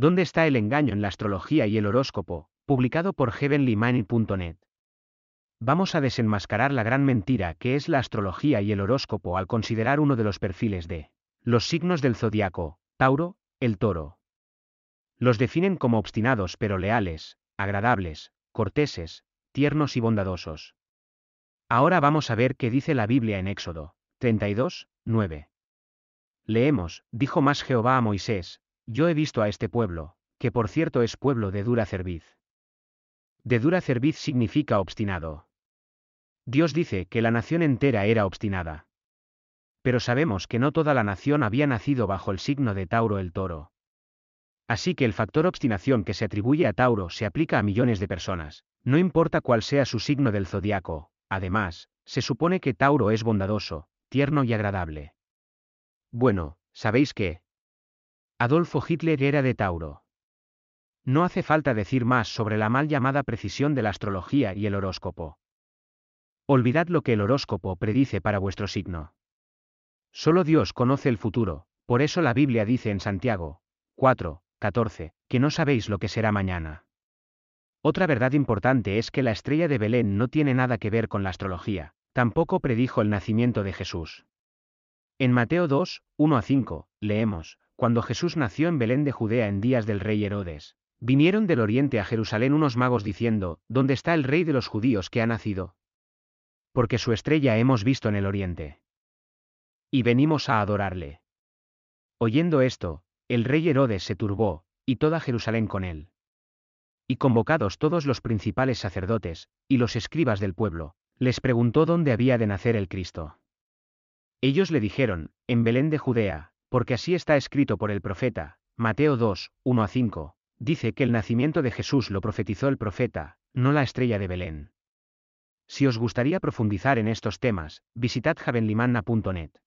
¿Dónde está el engaño en la astrología y el horóscopo? Publicado por heavenlymoney.net. Vamos a desenmascarar la gran mentira que es la astrología y el horóscopo al considerar uno de los perfiles de los signos del zodiaco, Tauro, el Toro. Los definen como obstinados pero leales, agradables, corteses, tiernos y bondadosos. Ahora vamos a ver qué dice la Biblia en Éxodo 32, 9. Leemos, dijo más Jehová a Moisés: yo he visto a este pueblo, que por cierto es pueblo de dura cerviz. De dura cerviz significa obstinado. Dios dice que la nación entera era obstinada. Pero sabemos que no toda la nación había nacido bajo el signo de Tauro el Toro. Así que el factor obstinación que se atribuye a Tauro se aplica a millones de personas, no importa cuál sea su signo del zodiaco. Además, se supone que Tauro es bondadoso, tierno y agradable. Bueno, ¿sabéis qué? Adolfo Hitler era de Tauro. No hace falta decir más sobre la mal llamada precisión de la astrología y el horóscopo. Olvidad lo que el horóscopo predice para vuestro signo. Solo Dios conoce el futuro, por eso la Biblia dice en Santiago 4, 14, que no sabéis lo que será mañana. Otra verdad importante es que la estrella de Belén no tiene nada que ver con la astrología, tampoco predijo el nacimiento de Jesús. En Mateo 2, 1 a 5, leemos, cuando Jesús nació en Belén de Judea en días del rey Herodes, vinieron del oriente a Jerusalén unos magos diciendo, ¿dónde está el rey de los judíos que ha nacido? Porque su estrella hemos visto en el oriente. Y venimos a adorarle. Oyendo esto, el rey Herodes se turbó, y toda Jerusalén con él. Y convocados todos los principales sacerdotes, y los escribas del pueblo, les preguntó dónde había de nacer el Cristo. Ellos le dijeron, en Belén de Judea, porque así está escrito por el profeta, Mateo 2, 1 a 5, dice que el nacimiento de Jesús lo profetizó el profeta, no la estrella de Belén. Si os gustaría profundizar en estos temas, visitad heavenlymanna.net.